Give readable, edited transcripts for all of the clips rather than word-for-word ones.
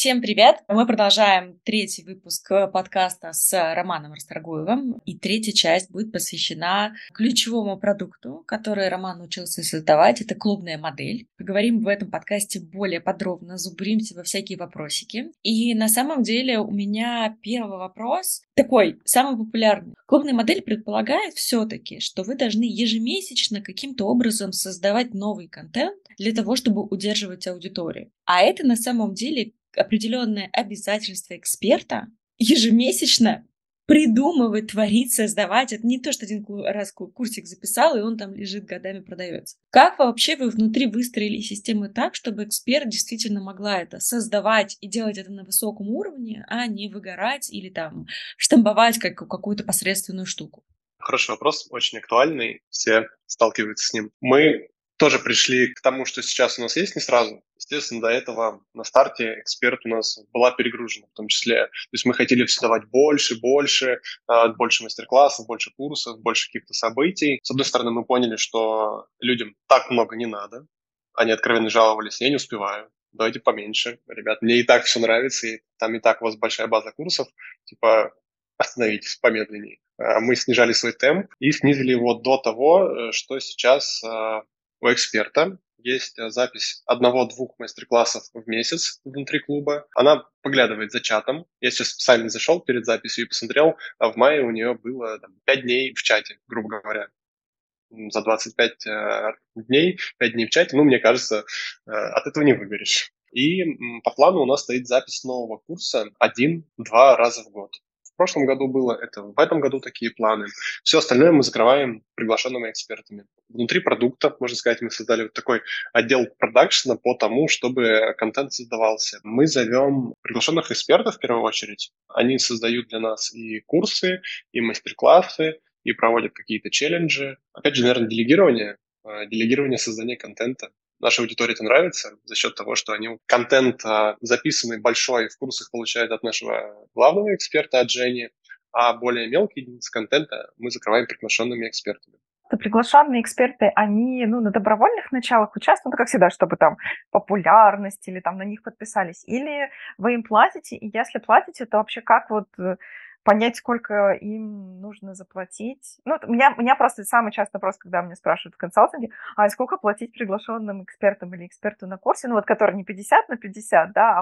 Всем привет! Мы продолжаем третий выпуск подкаста с Романом Расторгуевым. И третья часть будет посвящена ключевому продукту, который Роман научился создавать. Это клубная модель. Поговорим в этом подкасте более подробно, зубримся во всякие вопросики. И на самом деле у меня первый вопрос такой, самый популярный. Клубная модель предполагает все-таки, что вы должны ежемесячно каким-то образом создавать новый контент для того, чтобы удерживать аудиторию. А это на самом деле определенное обязательство эксперта ежемесячно придумывать, творить, создавать. Это не то, что один раз курсик записал, и он там лежит годами, продается. Как вообще вы внутри выстроили системы так, чтобы эксперт действительно могла это создавать и делать это на высоком уровне, а не выгорать или там штамповать как какую-то посредственную штуку? Хороший вопрос, очень актуальный, все сталкиваются с ним. Мы тоже пришли к тому, что сейчас у нас есть, не сразу. Естественно, до этого на старте эксперт у нас была перегружена, в том числе. То есть мы хотели все давать больше, больше мастер-классов, больше курсов, больше каких-то событий. С одной стороны, мы поняли, что людям так много не надо. Они откровенно жаловались: я не успеваю, давайте поменьше. Ребят, мне и так все нравится, и там и так у вас большая база курсов. Типа, остановитесь, помедленнее. Мы снижали свой темп и снизили его до того, что сейчас у эксперта есть запись одного-двух мастер-классов в месяц внутри клуба. Она поглядывает за чатом. Я сейчас специально зашел перед записью и посмотрел, а в мае у нее было 5 дней в чате, грубо говоря. За 25 дней, 5 дней в чате, мне кажется, от этого не выгоришь. И по плану у нас стоит запись нового курса 1-2 раза в год. В прошлом году было это, в этом году такие планы. Все остальное мы закрываем приглашенными экспертами. Внутри продукта, можно сказать, мы создали вот такой отдел продакшена по тому, чтобы контент создавался. Мы зовем приглашенных экспертов в первую очередь. Они создают для нас и курсы, и мастер-классы, и проводят какие-то челленджи. Опять же, наверное, делегирование создания контента. Нашей аудитории это нравится за счет того, что они контент, записанный большой в курсах, получают от нашего главного эксперта, от Жени, а более мелкие единицы контента мы закрываем приглашенными экспертами. Приглашенные эксперты, они, на добровольных началах участвуют, как всегда, чтобы там популярность или там на них подписались, или вы им платите, и если платите, то вообще как понять, сколько им нужно заплатить? У меня просто самый частый вопрос, когда меня спрашивают в консалтинге: а сколько платить приглашенным экспертам или эксперту на курсе, который не 50 на 50, да, а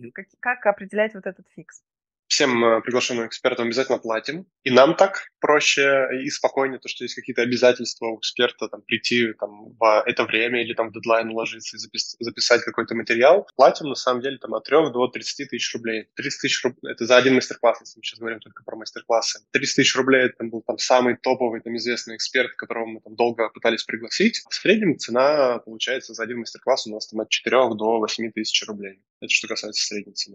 как определять вот этот фикс? Всем приглашенным экспертам обязательно платим. И нам так проще и спокойнее, то, что есть какие-то обязательства у эксперта прийти в это время или в дедлайн уложиться и записать какой-то материал. Платим, на самом деле, от 3 до 30 тысяч рублей. 30 тысяч рублей – это за один мастер-класс, если мы сейчас говорим только про мастер-классы. 30 тысяч рублей – это был самый топовый, известный эксперт, которого мы долго пытались пригласить. В среднем цена получается за один мастер-класс у нас от 4 до 8 тысяч рублей. Это что касается средней цены.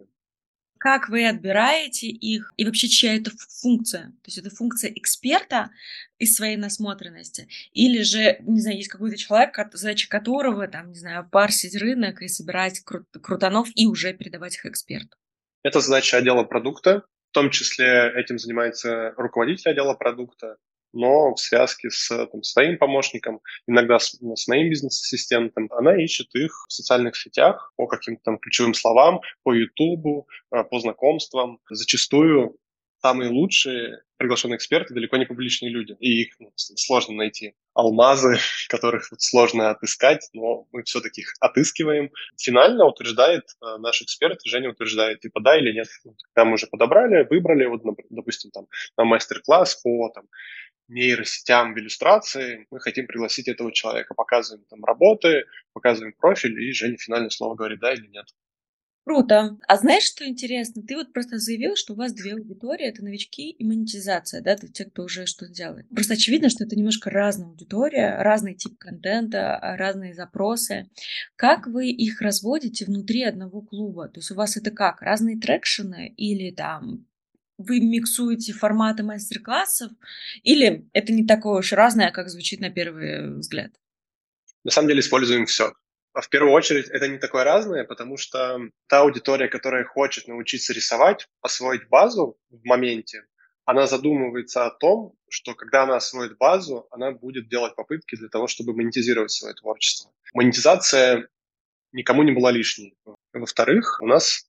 Как вы отбираете их и вообще чья это функция? То есть это функция эксперта из своей насмотренности? Или же, не знаю, есть какой-то человек, задача которого, парсить рынок и собирать крутанов и уже передавать их эксперту? Это задача отдела продукта. В том числе этим занимается руководитель отдела продукта, но в связке с своим помощником, иногда с моим бизнес-ассистентом. Она ищет их в социальных сетях по каким-то ключевым словам, по Ютубу, по знакомствам. Зачастую самые лучшие приглашенные эксперты далеко не публичные люди, и их сложно найти. Алмазы, которых сложно отыскать, но мы все-таки их отыскиваем. Финально утверждает наш эксперт, Женя утверждает, да или нет. Когда мы уже подобрали, выбрали, допустим, на мастер-класс по нейросетям в иллюстрации, мы хотим пригласить этого человека, показываем работы, показываем профиль, и Женя финальное слово говорит, да или нет. Круто. А знаешь, что интересно? Ты просто заявил, что у вас две аудитории — это новички и монетизация, да, это те, кто уже что-то делает. Просто очевидно, что это немножко разная аудитория, разный тип контента, разные запросы. Как вы их разводите внутри одного клуба? То есть у вас это как? Разные трекшены или вы миксуете форматы мастер-классов, или это не такое уж разное, как звучит на первый взгляд? На самом деле используем все. В первую очередь, это не такое разное, потому что та аудитория, которая хочет научиться рисовать, освоить базу в моменте, она задумывается о том, что когда она освоит базу, она будет делать попытки для того, чтобы монетизировать свое творчество. Монетизация никому не была лишней. Во-вторых, у нас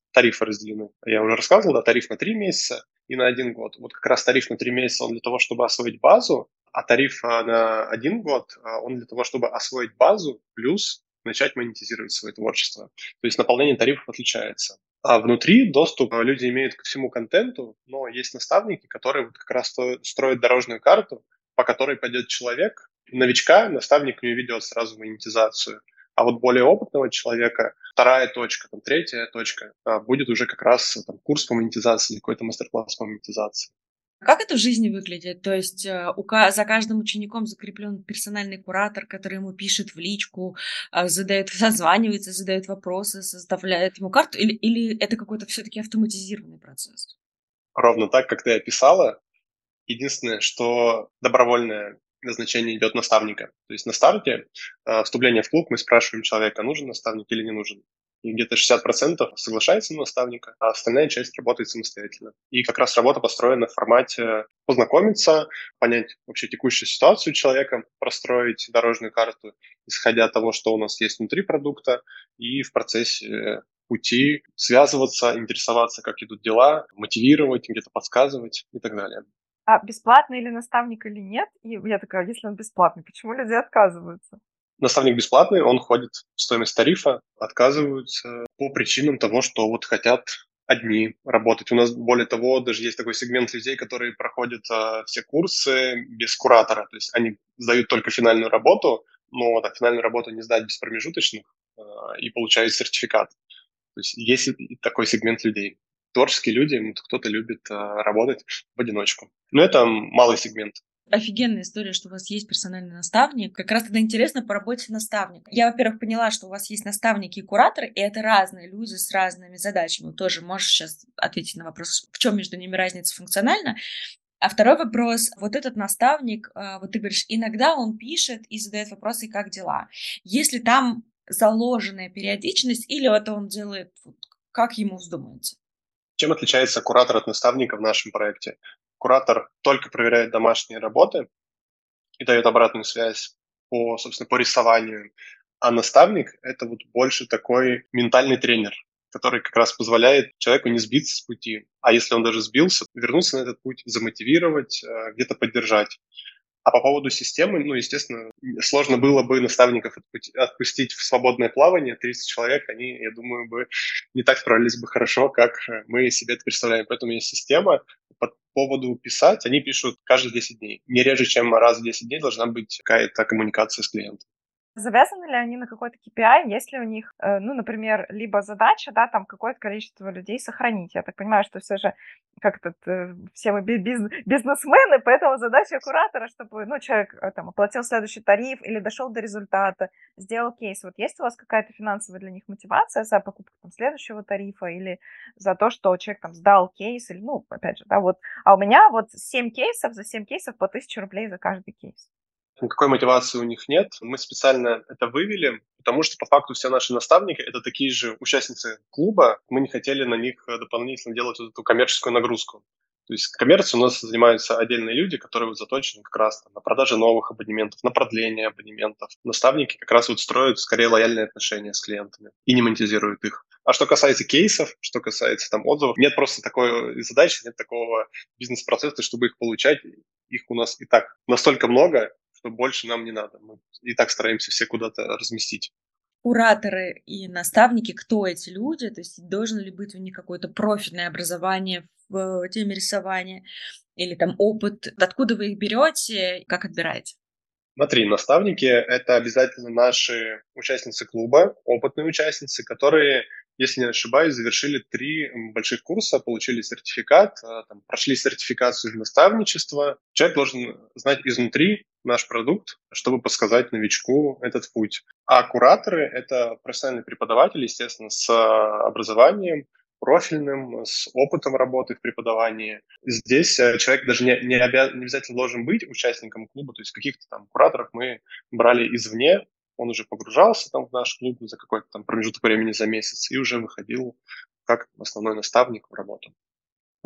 тарифы разделены. Я уже рассказывал, да, тариф на 3 месяца и на 1 год. Вот как раз тариф на 3 месяца, он для того, чтобы освоить базу, а тариф на 1 год, он для того, чтобы освоить базу, плюс начать монетизировать свое творчество. То есть наполнение тарифов отличается. А внутри доступ люди имеют ко всему контенту, но есть наставники, которые вот как раз строят дорожную карту, по которой пойдет человек. Новичка наставник не ведет сразу в монетизацию, а вот более опытного человека вторая точка, там, третья точка будет уже как раз там, курс по монетизации или какой-то мастер-класс по монетизации. Как это в жизни выглядит? То есть за каждым учеником закреплен персональный куратор, который ему пишет в личку, созванивается, задает вопросы, составляет ему карту, или это какой-то все-таки автоматизированный процесс? Ровно так, как ты описала. Единственное, что добровольное назначение идет наставника. То есть на старте вступления в клуб мы спрашиваем человека, нужен наставник или не нужен. И где-то 60% соглашается на наставника, а остальная часть работает самостоятельно. И как раз работа построена в формате познакомиться, понять вообще текущую ситуацию человека, простроить дорожную карту, исходя от того, что у нас есть внутри продукта, и в процессе пути связываться, интересоваться, как идут дела, мотивировать, где-то подсказывать и так далее. А бесплатный или наставник, или нет? И я такая, если он бесплатный, почему люди отказываются? Наставник бесплатный, он входит в стоимость тарифа, отказываются по причинам того, что вот хотят одни работать. У нас, более того, даже есть такой сегмент людей, которые проходят все курсы без куратора. То есть они сдают только финальную работу, но так, финальную работу не сдать без промежуточных и получают сертификат. То есть и такой сегмент людей. Творческие люди, кто-то любит работать в одиночку. Но это малый сегмент. Офигенная история, что у вас есть персональный наставник. Как раз тогда интересно по работе с наставником. Я, во-первых, поняла, что у вас есть наставники и кураторы, и это разные люди с разными задачами. Тоже можешь сейчас ответить на вопрос, в чем между ними разница функционально. А второй вопрос, вот этот наставник, вот ты говоришь, иногда он пишет и задает вопросы, как дела. Если там заложенная периодичность, или это он делает, как ему вздумается? Чем отличается куратор от наставника в нашем проекте? Куратор только проверяет домашние работы и дает обратную связь собственно, по рисованию, а наставник — это вот больше такой ментальный тренер, который как раз позволяет человеку не сбиться с пути, а если он даже сбился, вернуться на этот путь, замотивировать, где-то поддержать. А по поводу системы, естественно, сложно было бы наставников отпустить в свободное плавание. 30 человек, они, я думаю, бы не так справились бы хорошо, как мы себе это представляем. Поэтому есть система. По поводу писать, они пишут каждые 10 дней. Не реже, чем раз в 10 дней должна быть какая-то коммуникация с клиентом. Завязаны ли они на какой-то KPI, если у них, например, либо задача, да, там какое-то количество людей сохранить. Я так понимаю, что все же как-то все мы бизнесмены, поэтому задача куратора, чтобы, человек там оплатил следующий тариф или дошел до результата, сделал кейс. Вот есть у вас какая-то финансовая для них мотивация за покупку там следующего тарифа или за то, что человек там сдал кейс или, опять же, да, вот. А у меня вот 7 кейсов, за 7 кейсов по 1000 рублей за каждый кейс. Никакой мотивации у них нет. Мы специально это вывели, потому что по факту все наши наставники — это такие же участницы клуба. Мы не хотели на них дополнительно делать вот эту коммерческую нагрузку. То есть коммерцией у нас занимаются отдельные люди, которые вот заточены как раз на продаже новых абонементов, на продление абонементов. Наставники как раз вот строят скорее лояльные отношения с клиентами и не монетизируют их. А что касается кейсов, что касается там отзывов, нет просто такой задачи, нет такого бизнес-процесса, чтобы их получать. Их у нас и так настолько много, что больше нам не надо. Мы и так стараемся все куда-то разместить. Кураторы и наставники, кто эти люди? То есть должен ли быть у них какое-то профильное образование в теме рисования или там опыт? Откуда вы их берете? Как отбираете? Смотри, наставники — это обязательно наши участницы клуба, опытные участницы, которые, если не ошибаюсь, завершили 3 больших курса, получили сертификат, прошли сертификацию из наставничества. Человек должен знать изнутри наш продукт, чтобы подсказать новичку этот путь. А кураторы — это профессиональные преподаватели, естественно, с образованием, профильным, с опытом работы в преподавании. Здесь человек даже не обязательно должен быть участником клуба, то есть каких-то там кураторов мы брали извне, он уже погружался там в наш клуб за какой-то там промежуток времени за месяц и уже выходил как основной наставник в работу.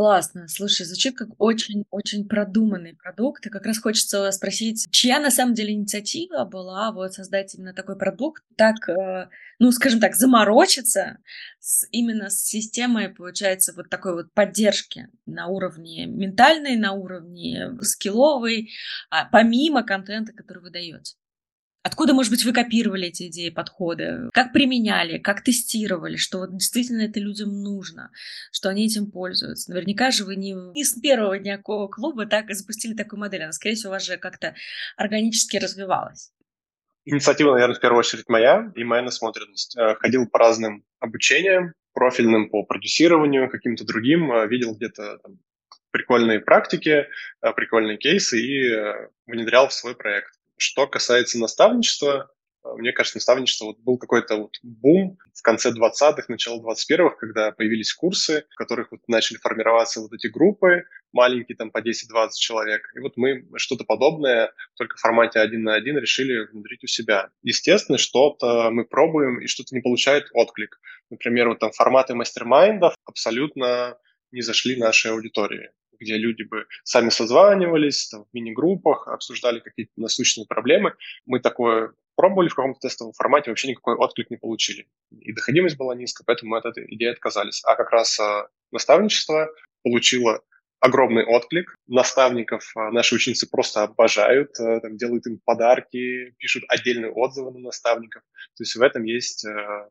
Классно. Слушай, звучит как очень-очень продуманный продукт. И как раз хочется спросить, чья на самом деле инициатива была вот создать именно такой продукт, так, ну, скажем так, заморочиться именно с системой, получается, вот такой вот поддержки на уровне ментальной, на уровне скилловой, помимо контента, который вы даете. Откуда, может быть, вы копировали эти идеи, подходы? Как применяли, как тестировали, что вот действительно это людям нужно, что они этим пользуются? Наверняка же вы не с первого дня клуба так и запустили такую модель. Она, скорее всего, у вас же как-то органически развивалась. Инициатива, наверное, в первую очередь моя и моя насмотренность. Ходил по разным обучениям, профильным по продюсированию, каким-то другим, видел где-то там прикольные практики, прикольные кейсы и внедрял в свой проект. Что касается наставничества, мне кажется, наставничество вот был какой-то вот бум в конце 20-х, начало 21-х, когда появились курсы, в которых вот начали формироваться вот эти группы, маленькие, там по 10-20 человек. И вот мы что-то подобное, только в формате 1 на 1, решили внедрить у себя. Естественно, что-то мы пробуем, и что-то не получает отклик. Например, вот там форматы мастер-майндов абсолютно не зашли нашей аудитории, где люди бы сами созванивались, там, в мини-группах, обсуждали какие-то насущные проблемы. Мы такое пробовали в каком-то тестовом формате, вообще никакой отклик не получили. И доходимость была низкая, поэтому мы от этой идеи отказались. А как раз наставничество получило огромный отклик. Наставников наши ученицы просто обожают, там, делают им подарки, пишут отдельные отзывы на наставников. То есть в этом есть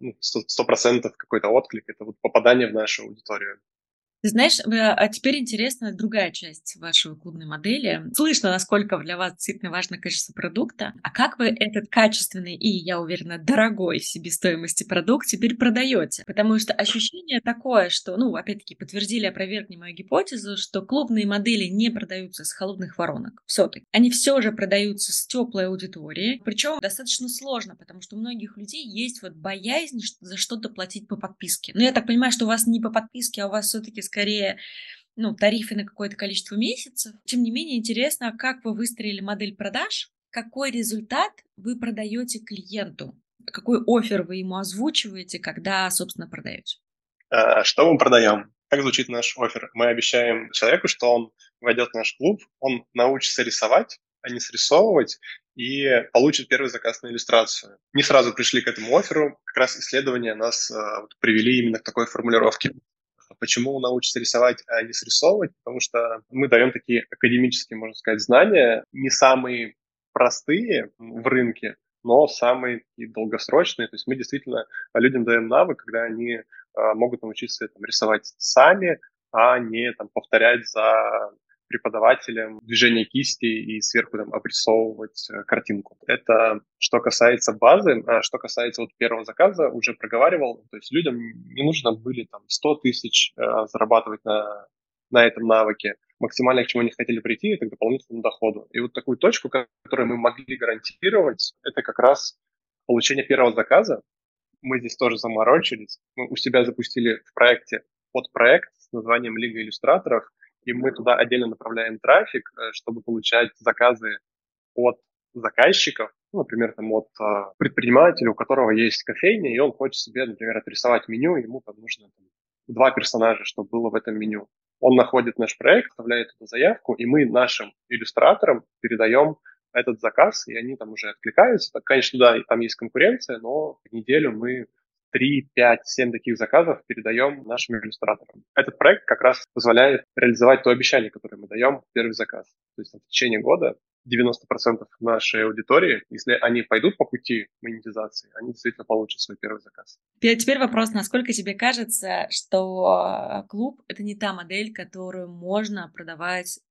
100% какой-то отклик, это вот попадание в нашу аудиторию. Ты знаешь, а теперь интересна другая часть вашей клубной модели. Слышно, насколько для вас действительно важно качество продукта. А как вы этот качественный и, я уверена, дорогой в себестоимости продукт теперь продаете? Потому что ощущение такое, что, ну, опять-таки, подтвердили, опровергли мою гипотезу, что клубные модели не продаются с холодных воронок. Все-таки. Они все же продаются с теплой аудиторией. Причем достаточно сложно, потому что у многих людей есть вот боязнь за что-то платить по подписке. Но я так понимаю, что у вас не по подписке, а у вас все-таки скорее, ну, тарифы на какое-то количество месяцев. Тем не менее, интересно, как вы выстроили модель продаж, какой результат вы продаете клиенту, какой оффер вы ему озвучиваете, когда, собственно, продаете. Что мы продаем? Как звучит наш оффер? Мы обещаем человеку, что он войдет в наш клуб, он научится рисовать, а не срисовывать, и получит первый заказ на иллюстрацию. Не сразу пришли к этому офферу, как раз исследования нас привели именно к такой формулировке. Почему он научится рисовать, а не срисовывать? Потому что мы даем такие академические, можно сказать, знания, не самые простые в рынке, но самые долгосрочные. То есть мы действительно людям даем навык, когда они могут научиться там, рисовать сами, а не там, повторять за преподавателем движение кисти и сверху там, обрисовывать картинку. Это что касается базы. А что касается вот первого заказа, уже проговаривал, то есть людям не нужно были там 100 тысяч зарабатывать на этом навыке. Максимально, к чему они хотели прийти, это к дополнительному доходу. И вот такую точку, которую мы могли гарантировать, это как раз получение первого заказа. Мы здесь тоже заморочились. Мы у себя запустили в проекте подпроект с названием «Лига иллюстраторов», и мы туда отдельно направляем трафик, чтобы получать заказы от заказчиков, ну, например, там, от предпринимателя, у которого есть кофейня, и он хочет себе, например, отрисовать меню, ему там нужно там, 2 персонажа, чтобы было в этом меню. Он находит наш проект, вставляет эту заявку, и мы нашим иллюстраторам передаем этот заказ, и они там уже откликаются. Так, конечно, да, там есть конкуренция, но в неделю мы 3, 5, 7 таких заказов передаем нашим иллюстраторам. Этот проект как раз позволяет реализовать то обещание, которое мы даем в первый заказ. То есть в течение года 90% нашей аудитории, если они пойдут по пути монетизации, они действительно получат свой первый заказ. Теперь вопрос, насколько тебе кажется, что клуб — это не та модель, которую можно продавать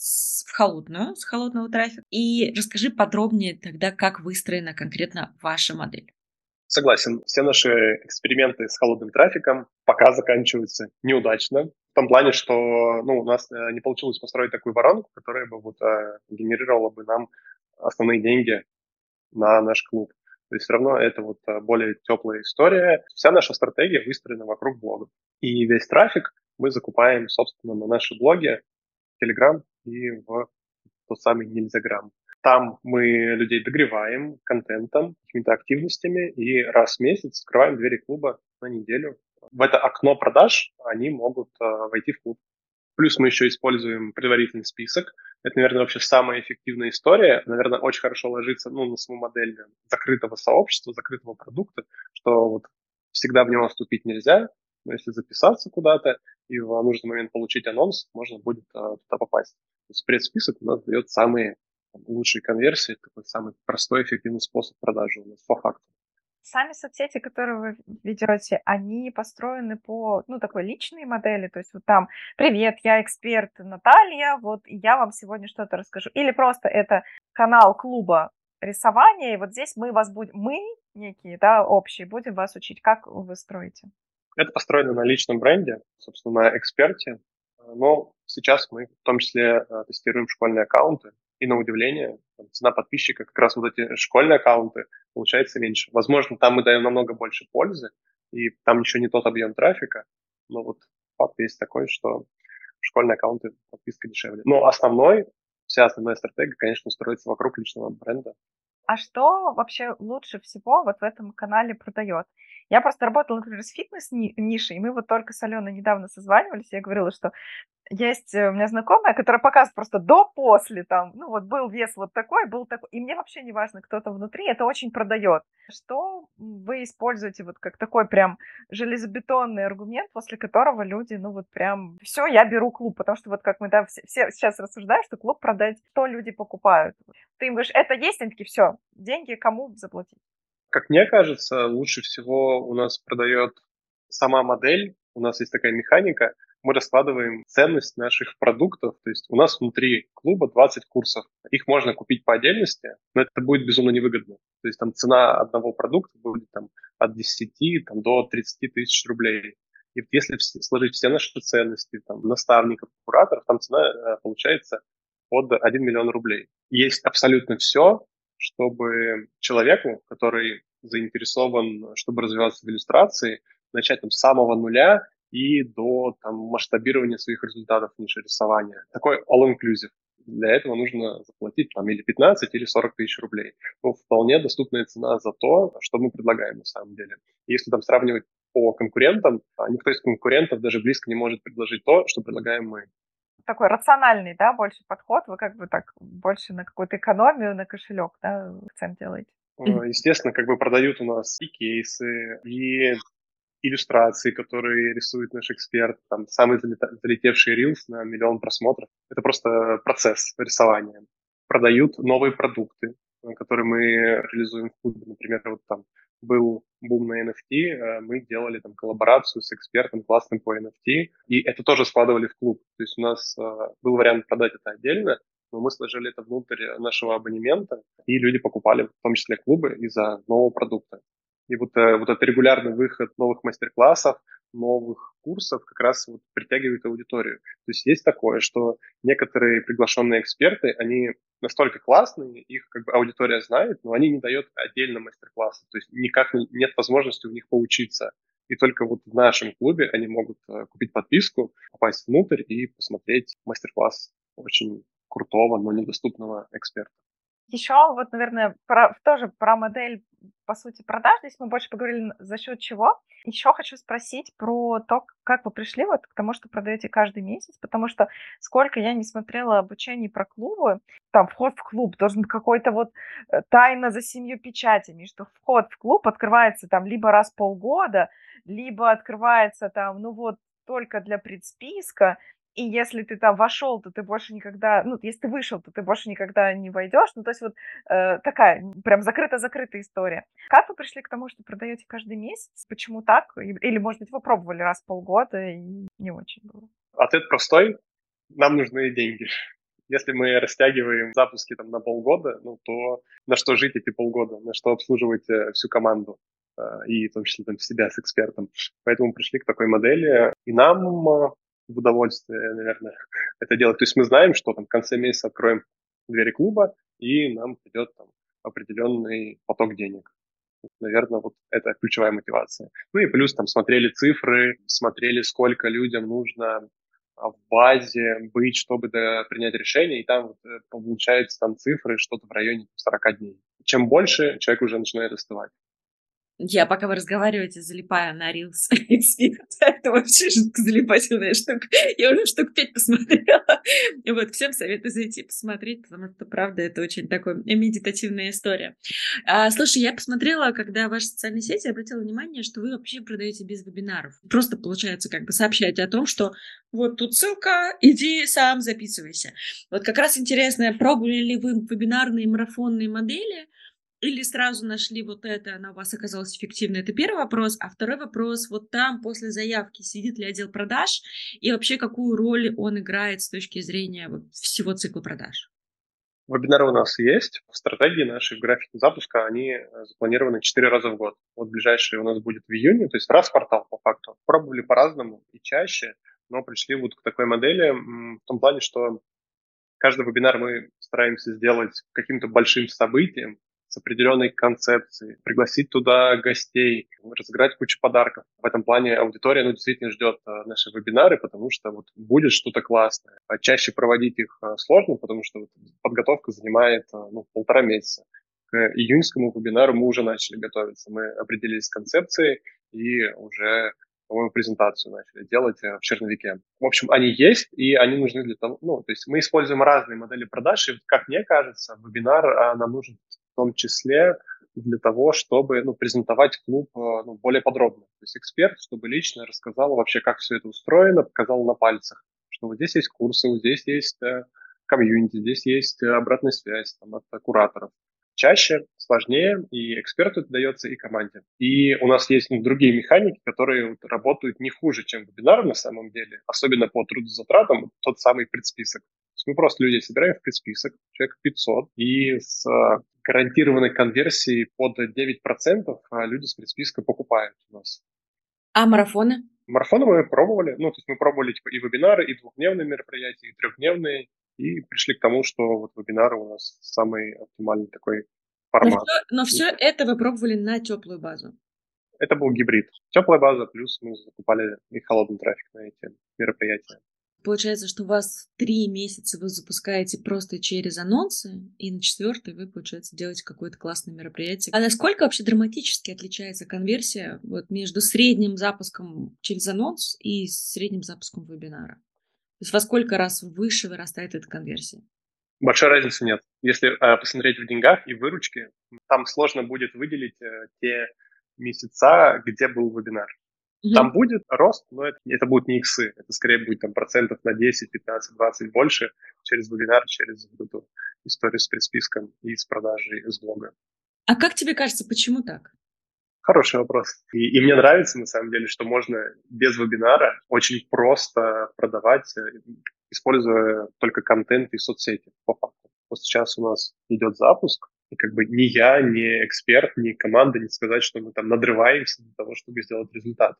с холодного трафика? И расскажи подробнее тогда, как выстроена конкретно ваша модель. Согласен, все наши эксперименты с холодным трафиком пока заканчиваются неудачно. В том плане, что у нас не получилось построить такую воронку, которая бы генерировала бы нам основные деньги на наш клуб. То есть все равно это более теплая история. Вся наша стратегия выстроена вокруг блога. И весь трафик мы закупаем, собственно, на наши блоги, в Telegram и в тот самый Нельзяграм. Там мы людей догреваем контентом, какими-то активностями, и раз в месяц открываем двери клуба на неделю. В это окно продаж они могут войти в клуб. Плюс мы еще используем предварительный список. Это, наверное, вообще самая эффективная история. Наверное, очень хорошо ложится на саму модель закрытого сообщества, закрытого продукта, что вот всегда в него вступить нельзя, но если записаться куда-то и в нужный момент получить анонс, можно будет туда попасть. То есть предсписок у нас дает самые лучшие конверсии, такой самый простой, эффективный способ продажи у нас по факту. Сами соцсети, которые вы ведете, они построены по, ну, такой личной модели, то есть вот там: "Привет, я эксперт Наталья, вот и я вам сегодня что-то расскажу". Или просто это канал клуба рисования, и вот здесь мы вас будем, мы некие, да, общие, будем вас учить, как вы строите? Это построено на личном бренде, собственно, на эксперте. Но сейчас мы в том числе тестируем школьные аккаунты. И на удивление, цена подписчика, как раз вот эти школьные аккаунты, получается меньше. Возможно, там мы даем намного больше пользы, и там еще не тот объем трафика. Но вот факт есть такой, что школьные аккаунты подписка дешевле. Но вся основная стратегия, конечно, строится вокруг личного бренда. А что вообще лучше всего вот в этом канале продает? Я просто работала, например, с фитнес-нишей, и мы вот только с Аленой недавно созванивались, я говорила, что есть у меня знакомая, которая показывает просто до-после, там, ну вот был вес вот такой, был такой, и мне вообще не важно, кто там внутри, это очень продает. Что вы используете вот как такой прям железобетонный аргумент, после которого люди, ну вот прям, все, я беру клуб, потому что вот как мы, да, все сейчас рассуждаем, что клуб продать, что люди покупают. Ты им говоришь: "Это есть?" Они такие: "Всё, деньги кому заплатить?" Как мне кажется, лучше всего у нас продает сама модель. У нас есть такая механика. Мы раскладываем ценность наших продуктов. То есть у нас внутри клуба 20 курсов. Их можно купить по отдельности, но это будет безумно невыгодно. То есть там цена одного продукта будет там, от 10 до 30 тысяч рублей. И вот если сложить все наши ценности, там, наставников, кураторов, там цена получается под 1 миллион рублей. Есть абсолютно все, чтобы человеку, который заинтересован, чтобы развиваться в иллюстрации, начать там с самого нуля и до там, масштабирования своих результатов в нише рисования. Такой all-inclusive. Для этого нужно заплатить там или 15, или 40 тысяч рублей. Ну, вполне доступная цена за то, что мы предлагаем на самом деле. Если там сравнивать по конкурентам, никто из конкурентов даже близко не может предложить то, что предлагаем мы. Такой рациональный, да, больше подход. Вы как бы так больше на какую-то экономию, на кошелек, да, акцент делаете. Естественно, как бы продают у нас и кейсы, и иллюстрации, которые рисует наш эксперт, там самый залетевший рилс на 1 000 000 просмотров. Это просто процесс рисования. Продают новые продукты, которые мы реализуем в клубе. Например, вот там был бум на NFT, мы делали там коллаборацию с экспертом классным по NFT, и это тоже складывали в клуб. То есть у нас был вариант продать это отдельно, но мы сложили это внутрь нашего абонемента, и люди покупали в том числе клубы из-за нового продукта. И вот этот регулярный выход новых мастер-классов, новых курсов как раз вот притягивает аудиторию. То есть такое, что некоторые приглашенные эксперты, они настолько классные, их как бы аудитория знает, но они не дают отдельно мастер-классы. То есть нет возможности у них поучиться. И только вот в нашем клубе они могут купить подписку, попасть внутрь и посмотреть мастер-класс очень крутого, но недоступного эксперта. Еще вот, наверное, тоже про модель, по сути, продаж. Здесь мы больше поговорили за счет чего. Еще хочу спросить про то, как вы пришли вот к тому, что продаете каждый месяц, потому что сколько я не смотрела обучений про клубы, там вход в клуб должен быть какой-то вот тайна за 7 печатями, что вход в клуб открывается там либо раз в полгода, либо открывается там, ну вот, только для предсписка, и если ты там вошел, то ты больше никогда, ну, если ты вышел, то ты больше никогда не войдешь. Ну, то есть вот такая прям закрытая история. Как вы пришли к тому, что продаете каждый месяц? Почему так? Или, может быть, вы пробовали раз в полгода и не очень было? Ответ простой. Нам нужны деньги. Если мы растягиваем запуски там, на полгода, ну, то на что жить эти полгода, на что обслуживать всю команду и в том числе там, себя с экспертом. Поэтому пришли к такой модели. И нам в удовольствие, наверное, это делать. То есть мы знаем, что там в конце месяца откроем двери клуба, и нам придет там определенный поток денег. Наверное, вот это ключевая мотивация. Ну и плюс там смотрели цифры, смотрели, сколько людям нужно в базе быть, чтобы принять решение, и там вот, получается там цифры что-то в районе 40 дней. Чем больше, человек уже начинает остывать. Я, пока вы разговариваете, залипаю на Reels эксперта. Это вообще залипательная штука. Я уже штук 5 посмотрела. И вот всем советую зайти посмотреть, потому что, правда, это очень такая медитативная история. Слушай, я посмотрела, когда ваши социальные сети, обратила внимание, что вы вообще продаете без вебинаров. Просто, получается, как бы сообщаете о том, что вот тут ссылка, иди сам записывайся. Вот как раз интересно, пробовали ли вы вебинарные марафонные модели, или сразу нашли вот это, она у вас оказалась эффективной? Это первый вопрос. А второй вопрос, вот там после заявки сидит ли отдел продаж и вообще какую роль он играет с точки зрения вот всего цикла продаж? Вебинары у нас есть. В стратегии нашей, в графике запуска, они запланированы 4 раза в год. Вот ближайший у нас будет в июне, то есть раз в квартал по факту. Пробовали по-разному и чаще, но пришли вот к такой модели в том плане, что каждый вебинар мы стараемся сделать каким-то большим событием с определенной концепцией, пригласить туда гостей, разыграть кучу подарков. В этом плане аудитория действительно ждет наши вебинары, потому что вот будет что-то классное. А чаще проводить их сложно, потому что вот подготовка занимает 1,5 месяца. К июньскому вебинару мы уже начали готовиться. Мы определились с концепцией и уже, по-моему, презентацию начали делать в черновике. В общем, они есть, и они нужны для того, то есть мы используем разные модели продаж, и, как мне кажется, вебинар нам нужен в том числе для того, чтобы презентовать клуб более подробно. То есть эксперт, чтобы лично рассказал вообще, как все это устроено, показал на пальцах, что вот здесь есть курсы, вот здесь есть комьюнити, здесь есть обратная связь там, от кураторов. Чаще, сложнее, и эксперту это дается, и команде. И у нас есть другие механики, которые вот работают не хуже, чем вебинар на самом деле, особенно по трудозатратам, тот самый предсписок. То есть мы просто людей собираем в предсписок, человек 500, и с гарантированной конверсией под 9% люди с предсписка покупают у нас. А марафоны? Марафоны мы пробовали, то есть мы пробовали типа, и вебинары, и двухдневные мероприятия, и трехдневные, и пришли к тому, что вот вебинары у нас самый оптимальный такой формат. Но все это вы пробовали на теплую базу. Это был гибрид. Теплая база, плюс мы закупали и холодный трафик на эти мероприятия. Получается, что у вас 3 месяца вы запускаете просто через анонсы, и на 4-й вы, получается, делаете какое-то классное мероприятие. А насколько вообще драматически отличается конверсия вот между средним запуском через анонс и средним запуском вебинара? То есть во сколько раз выше вырастает эта конверсия? Большой разницы нет. Если посмотреть в деньгах и выручке, там сложно будет выделить те месяца, где был вебинар. Там будет рост, но это будут не иксы. Это скорее будет там процентов на 10, 15, 20 больше через вебинар, через вот эту историю с предсписком и с продажей с блога. А как тебе кажется, почему так? Хороший вопрос. И мне нравится, на самом деле, что можно без вебинара очень просто продавать, используя только контент и соцсети, по факту. Вот сейчас у нас идет запуск, и как бы ни я, ни эксперт, ни команда не сказать, что мы там надрываемся для того, чтобы сделать результат.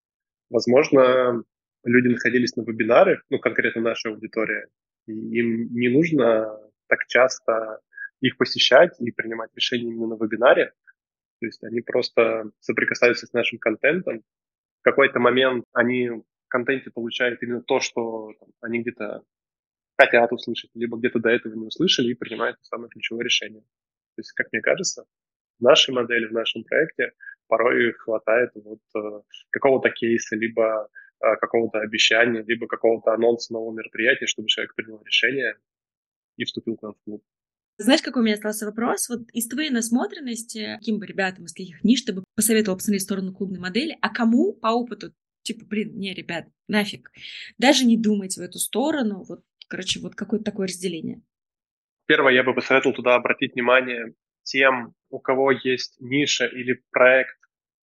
Возможно, люди находились на вебинаре, конкретно наша аудитория, и им не нужно так часто их посещать и принимать решения именно на вебинаре. То есть они просто соприкасаются с нашим контентом. В какой-то момент они в контенте получают именно то, что они где-то хотят услышать, либо где-то до этого не услышали и принимают самое ключевое решение. То есть, как мне кажется, в нашей модели, в нашем проекте порой хватает какого-то кейса, либо какого-то обещания, либо какого-то анонса нового мероприятия, чтобы человек принял решение и вступил к нам в клуб. Знаешь, какой у меня остался вопрос? Вот из твоей насмотренности, каким бы ребятам из каких ниш ты бы посоветовала посмотреть в сторону клубной модели, а кому по опыту, типа, не, ребят, нафиг, даже не думайте в эту сторону, вот, короче, вот какое-то такое разделение. Первое, я бы посоветовал туда обратить внимание тем, у кого есть ниша или проект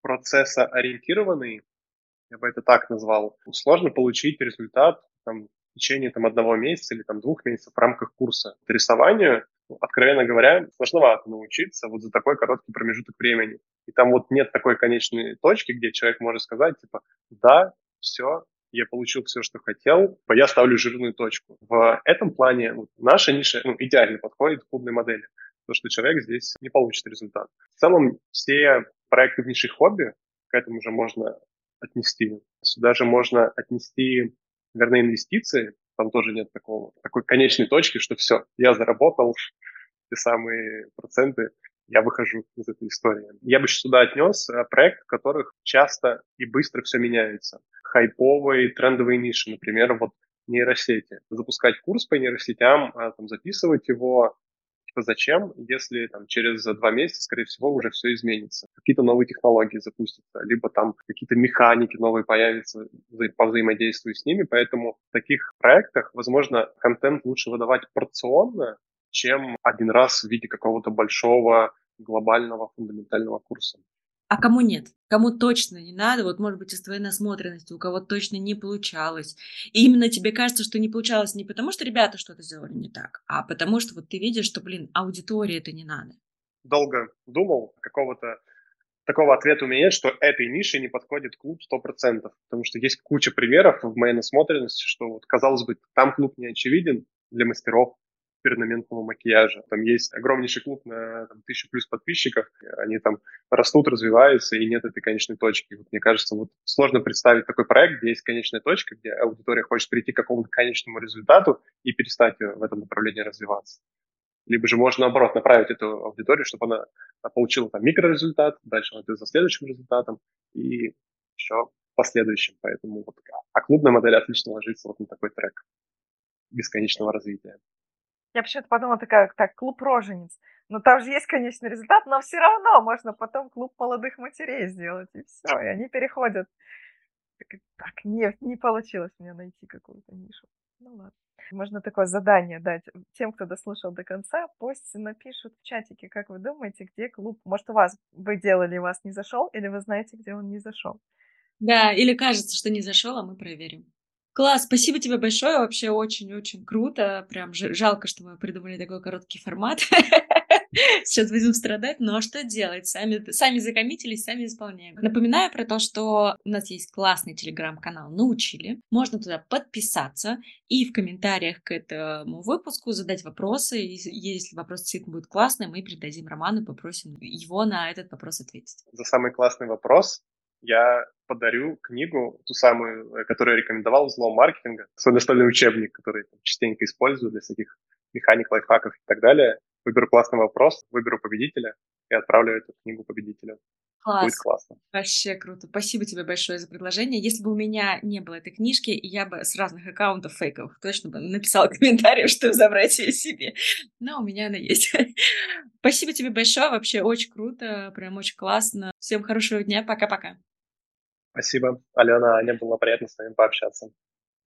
процессоориентированный, я бы это так назвал. Сложно получить результат в течение 1 месяца или 2 месяцев в рамках курса. Рисованию, откровенно говоря, сложновато научиться вот за такой короткий промежуток времени. И там вот нет такой конечной точки, где человек может сказать, типа, да, все, я получил все, что хотел, я ставлю жирную точку. В этом плане наша ниша идеально подходит к клубной модели, потому что человек здесь не получит результат. В целом, все проекты в нише хобби к этому же можно отнести. Сюда же можно отнести, наверное, инвестиции. Там тоже нет такой конечной точки, что все, я заработал те самые проценты, я выхожу из этой истории. Я бы еще сюда отнес проект, в которых часто и быстро все меняется. Хайповые, трендовые ниши, например, вот нейросети. Запускать курс по нейросетям, там, записывать его, типа зачем, если там через 2 месяца, скорее всего, уже все изменится. Какие-то новые технологии запустятся, либо там какие-то механики новые появятся по взаимодействию с ними. Поэтому в таких проектах, возможно, контент лучше выдавать порционно, чем один раз в виде какого-то большого глобального фундаментального курса. А кому нет? Кому точно не надо, вот, может быть, из твоей насмотренности, у кого точно не получалось. И именно тебе кажется, что не получалось не потому, что ребята что-то сделали не так, а потому что вот ты видишь, что, аудитории это не надо. Долго думал, какого-то такого ответа у меня нет, что этой нише не подходит клуб 100%, потому что есть куча примеров в моей насмотренности, что вот, казалось бы, там клуб не очевиден для мастеров перманентного макияжа. Там есть огромнейший клуб на 1000 плюс подписчиков, они там растут, развиваются, и нет этой конечной точки. Вот, мне кажется, вот сложно представить такой проект, где есть конечная точка, где аудитория хочет прийти к какому-то конечному результату и перестать в этом направлении развиваться. Либо же можно, наоборот, направить эту аудиторию, чтобы она получила там микрорезультат, дальше она идет за следующим результатом и еще последующим. Поэтому вот, клубная модель отлично ложится вот на такой трек бесконечного развития. Я почему-то подумала такая, так, клуб рожениц. Но там же есть конечный результат, но все равно можно потом клуб молодых матерей сделать, и все, и они переходят. Так, не получилось мне найти какую-то нишу. Ну ладно. Можно такое задание дать тем, кто дослушал до конца. Пусть напишут в чатике, как вы думаете, где клуб. Может, у вас вы делали, у вас не зашел, или вы знаете, где он не зашел. Да, или кажется, что не зашел, а мы проверим. Класс, спасибо тебе большое, вообще очень-очень круто. Прям жалко, что мы придумали такой короткий формат. Сейчас будем страдать, но что делать? Сами закоммитились, сами исполняем. Напоминаю про то, что у нас есть классный телеграм-канал «Научили». Можно туда подписаться и в комментариях к этому выпуску задать вопросы. И если вопрос действительно будет классный, мы передадим Роману и попросим его на этот вопрос ответить. За самый классный вопрос я подарю книгу, ту самую, которую я рекомендовал, «Взлом маркетинга», свой настольный учебник, который частенько использую для всяких механик, лайфхаков и так далее. Выберу классный вопрос, выберу победителя и отправлю эту книгу победителю. Будет Класс. классно. Вообще круто. Спасибо тебе большое за предложение. Если бы у меня не было этой книжки, я бы с разных аккаунтов фейковых точно бы написала комментарий, что забрать ее себе. Но у меня она есть. Спасибо тебе большое. Вообще очень круто. Прям очень классно. Всем хорошего дня. Пока-пока. Спасибо, Алена, Аня, было приятно с вами пообщаться.